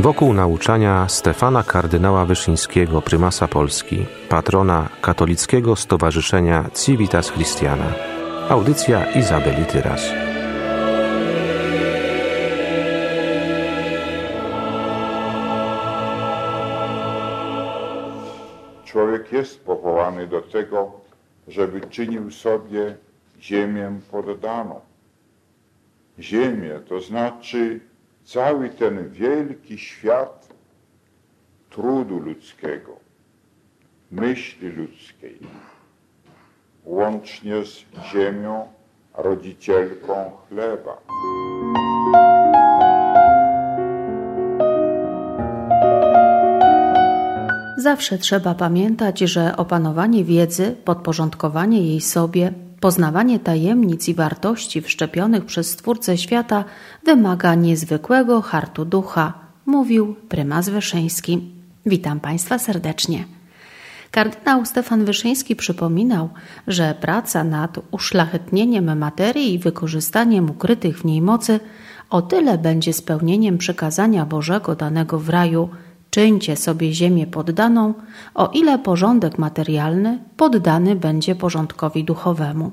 Wokół nauczania Stefana kardynała Wyszyńskiego, prymasa Polski, patrona Katolickiego Stowarzyszenia Civitas Christiana. Audycja Izabeli Tyras. Człowiek jest powołany do tego, żeby czynił sobie ziemię poddaną. Ziemię to znaczy cały ten wielki świat trudu ludzkiego, myśli ludzkiej, łącznie z ziemią, rodzicielką chleba. Zawsze trzeba pamiętać, że opanowanie wiedzy, podporządkowanie jej sobie, poznawanie tajemnic i wartości wszczepionych przez Stwórcę świata wymaga niezwykłego hartu ducha, mówił prymas Wyszyński. Witam Państwa serdecznie. Kardynał Stefan Wyszyński przypominał, że praca nad uszlachetnieniem materii i wykorzystaniem ukrytych w niej mocy o tyle będzie spełnieniem przykazania Bożego danego w raju: czyńcie sobie ziemię poddaną, o ile porządek materialny poddany będzie porządkowi duchowemu.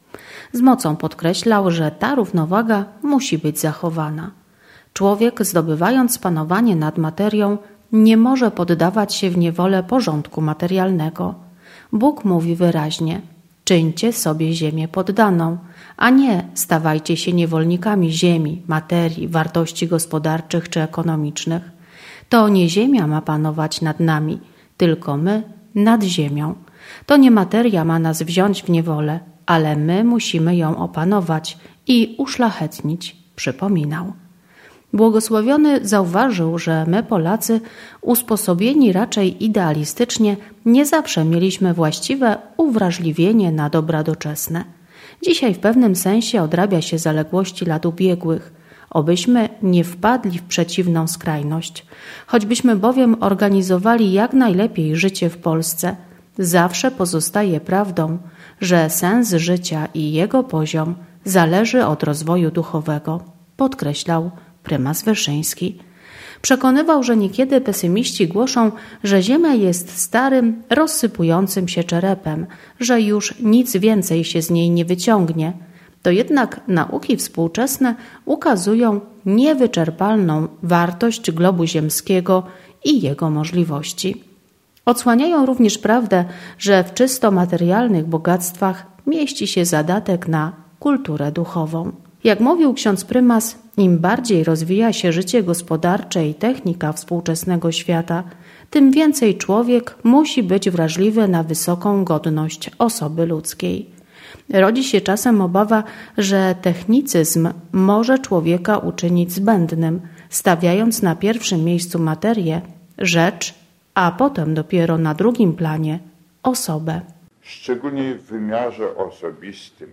Z mocą podkreślał, że ta równowaga musi być zachowana. Człowiek, zdobywając panowanie nad materią, nie może poddawać się w niewolę porządku materialnego. Bóg mówi wyraźnie: czyńcie sobie ziemię poddaną, a nie stawajcie się niewolnikami ziemi, materii, wartości gospodarczych czy ekonomicznych. To nie ziemia ma panować nad nami, tylko my nad ziemią. To nie materia ma nas wziąć w niewolę, ale my musimy ją opanować i uszlachetnić, przypominał. Błogosławiony zauważył, że my, Polacy, usposobieni raczej idealistycznie, nie zawsze mieliśmy właściwe uwrażliwienie na dobra doczesne. Dzisiaj w pewnym sensie odrabia się zaległości lat ubiegłych, obyśmy nie wpadli w przeciwną skrajność. Choćbyśmy bowiem organizowali jak najlepiej życie w Polsce, zawsze pozostaje prawdą, że sens życia i jego poziom zależy od rozwoju duchowego, podkreślał prymas Wyszyński. Przekonywał, że niekiedy pesymiści głoszą, że Ziemia jest starym, rozsypującym się czerepem, że już nic więcej się z niej nie wyciągnie. To jednak nauki współczesne ukazują niewyczerpalną wartość globu ziemskiego i jego możliwości. Odsłaniają również prawdę, że w czysto materialnych bogactwach mieści się zadatek na kulturę duchową. Jak mówił ksiądz prymas, im bardziej rozwija się życie gospodarcze i technika współczesnego świata, tym więcej człowiek musi być wrażliwy na wysoką godność osoby ludzkiej. Rodzi się czasem obawa, że technicyzm może człowieka uczynić zbędnym, stawiając na pierwszym miejscu materię, rzecz, a potem dopiero na drugim planie osobę. Szczególnie w wymiarze osobistym,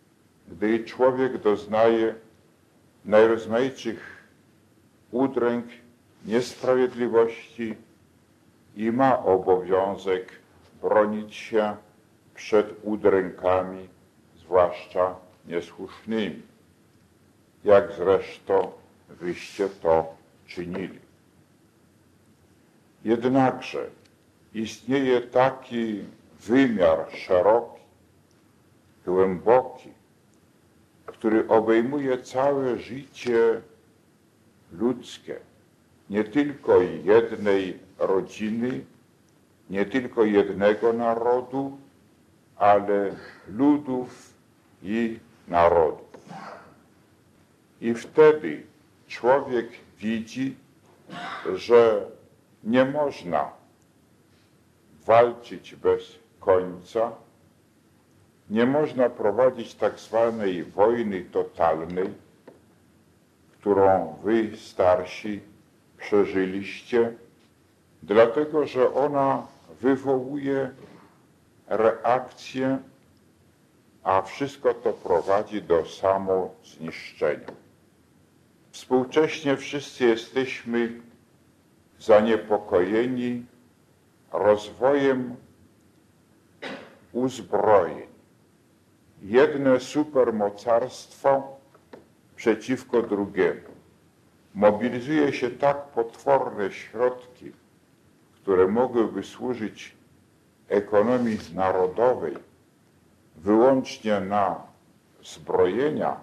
gdy człowiek doznaje najrozmaitszych udręk, niesprawiedliwości i ma obowiązek bronić się przed udrękami, zwłaszcza niesłusznymi, jak zresztą wyście to czynili. Jednakże istnieje taki wymiar szeroki, głęboki, który obejmuje całe życie ludzkie, nie tylko jednej rodziny, nie tylko jednego narodu, ale ludów i narodów. I wtedy człowiek widzi, że nie można walczyć bez końca, nie można prowadzić tak zwanej wojny totalnej, którą wy, starsi, przeżyliście, dlatego że ona wywołuje reakcję, a wszystko to prowadzi do samozniszczenia. Współcześnie wszyscy jesteśmy zaniepokojeni rozwojem uzbrojeń. Jedno supermocarstwo przeciwko drugiemu. mobilizuje się tak potworne środki, które mogłyby służyć ekonomii narodowej wyłącznie na zbrojenia,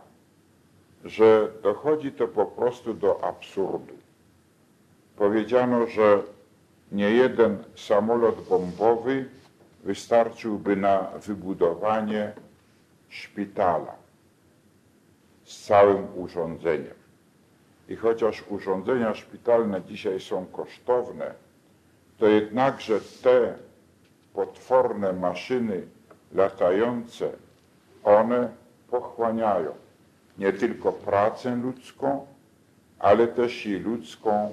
że dochodzi to po prostu do absurdu. Powiedziano, że nie jeden samolot bombowy wystarczyłby na wybudowanie szpitala z całym urządzeniem. I chociaż urządzenia szpitalne dzisiaj są kosztowne, to jednakże te potworne maszyny latające, one pochłaniają nie tylko pracę ludzką, ale też i ludzką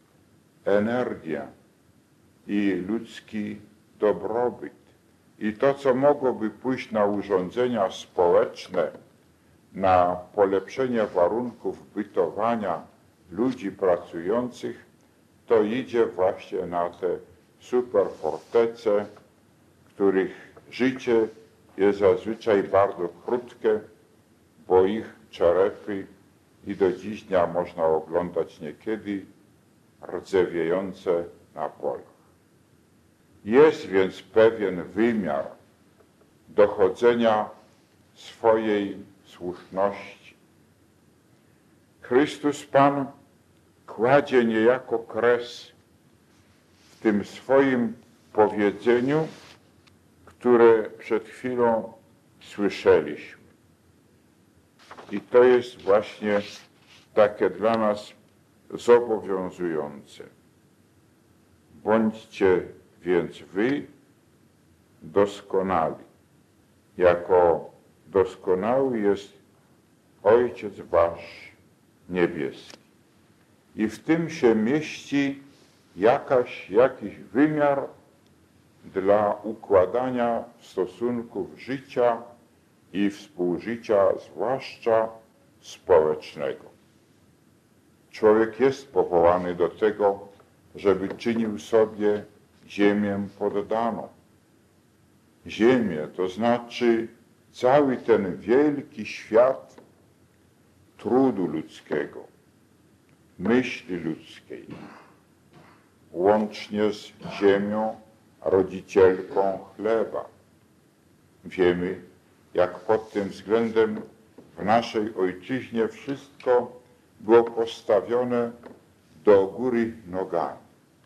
energię i ludzki dobrobyt. I to, co mogłoby pójść na urządzenia społeczne, na polepszenie warunków bytowania ludzi pracujących, to idzie właśnie na te superfortece, których życie jest zazwyczaj bardzo krótkie, bo ich czerepy i do dziś dnia można oglądać niekiedy rdzewiejące na polach. Jest więc pewien wymiar dochodzenia swojej słuszności. Chrystus Pan kładzie niejako kres w tym swoim powiedzeniu, które przed chwilą słyszeliśmy. I to jest właśnie takie dla nas zobowiązujące. Bądźcie więc wy doskonali, jako doskonały jest Ojciec wasz niebieski. I w tym się mieści jakiś wymiar dla układania stosunków życia i współżycia, zwłaszcza społecznego. Człowiek jest powołany do tego, żeby czynił sobie ziemię poddaną. Ziemię, to znaczy cały ten wielki świat trudu ludzkiego, myśli ludzkiej, łącznie z ziemią, rodzicielką chleba. Wiemy, jak pod tym względem w naszej ojczyźnie wszystko było postawione do góry nogami.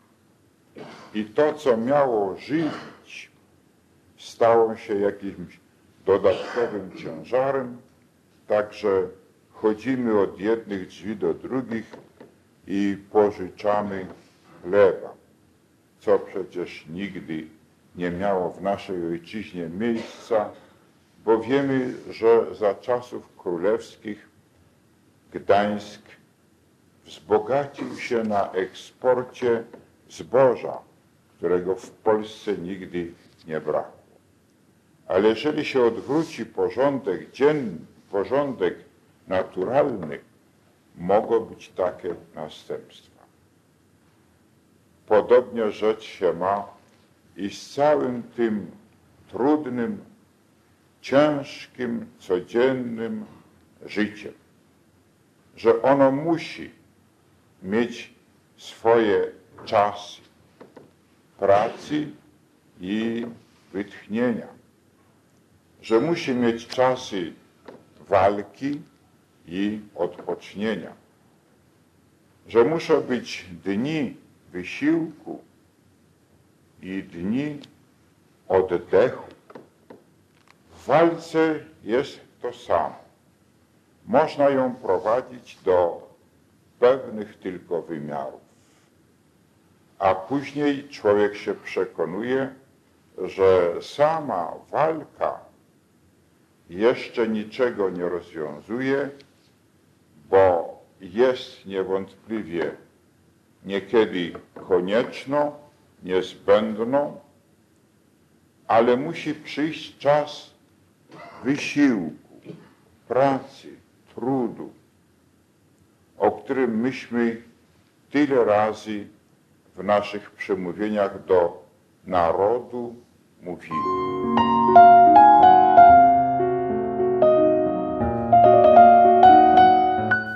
I to, co miało żywić, stało się jakimś dodatkowym ciężarem, także chodzimy od jednych drzwi do drugich i pożyczamy chleba, co przecież nigdy nie miało w naszej ojczyźnie miejsca, bo wiemy, że za czasów królewskich Gdańsk wzbogacił się na eksporcie zboża, którego w Polsce nigdy nie brakło. Ale jeżeli się odwróci porządek dzienny, porządek naturalny, mogą być takie następstwa. Podobnie rzecz się ma i z całym tym trudnym, ciężkim, codziennym życiem, że ono musi mieć swoje czasy pracy i wytchnienia, że musi mieć czasy walki i odpocznienia, że muszą być dni wysiłku i dni oddechu. W walce jest to samo. Można ją prowadzić do pewnych tylko wymiarów, a później człowiek się przekonuje, że sama walka jeszcze niczego nie rozwiązuje, bo jest niewątpliwie niekiedy konieczną, niezbędną, ale musi przyjść czas wysiłku, pracy, trudu, o którym myśmy tyle razy w naszych przemówieniach do narodu mówili.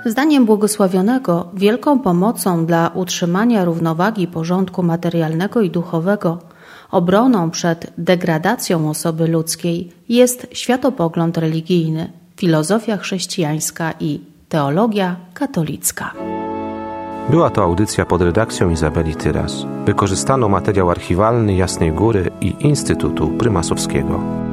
Zdaniem błogosławionego wielką pomocą dla utrzymania równowagi porządku materialnego i duchowego, obroną przed degradacją osoby ludzkiej jest światopogląd religijny, filozofia chrześcijańska i teologia katolicka. Była to audycja pod redakcją Izabeli Tyras. Wykorzystano materiał archiwalny Jasnej Góry i Instytutu Prymasowskiego.